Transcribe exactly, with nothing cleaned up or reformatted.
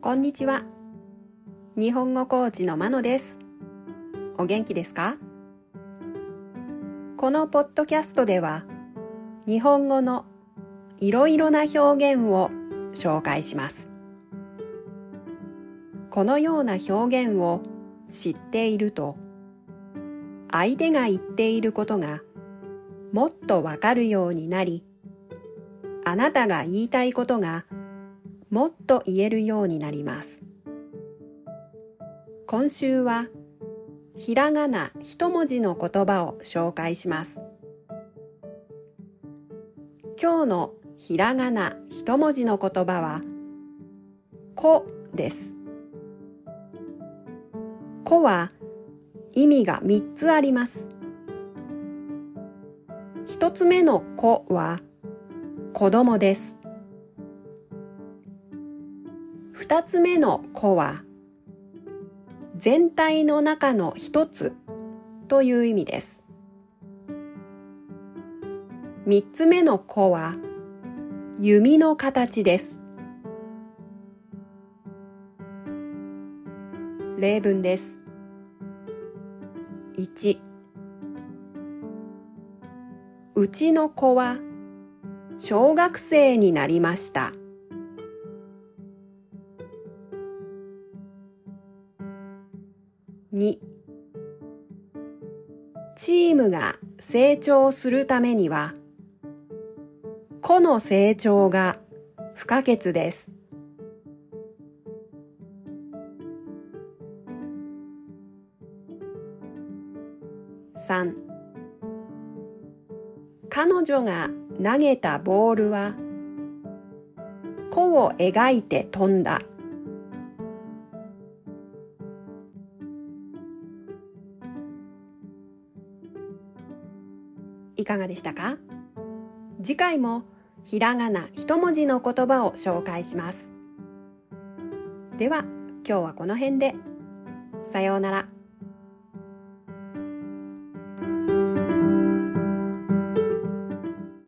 こんにちは。日本語コーチのまのです。お元気ですか？このポッドキャストでは、日本語のいろいろな表現を紹介します。このような表現を知っていると、相手が言っていることがもっとわかるようになり、あなたが言いたいことがもっと言えるようになります。今週はひらがな一文字の言葉を紹介します。今日のひらがな一文字の言葉はこです。こは意味がみっつあります。一つ目のこは子供です。二つ目のこは全体の中の一つという意味です。三つ目のこは弓の形です。例文です。いち、うちの子は小学生になりました。に、チームが成長するためには、個の成長が不可欠です。さん、彼女が投げたボールは、弧を描いて飛んだ。いかがでしたか？次回もひらがな一文字の言葉を紹介します。では、今日はこの辺で。さようなら。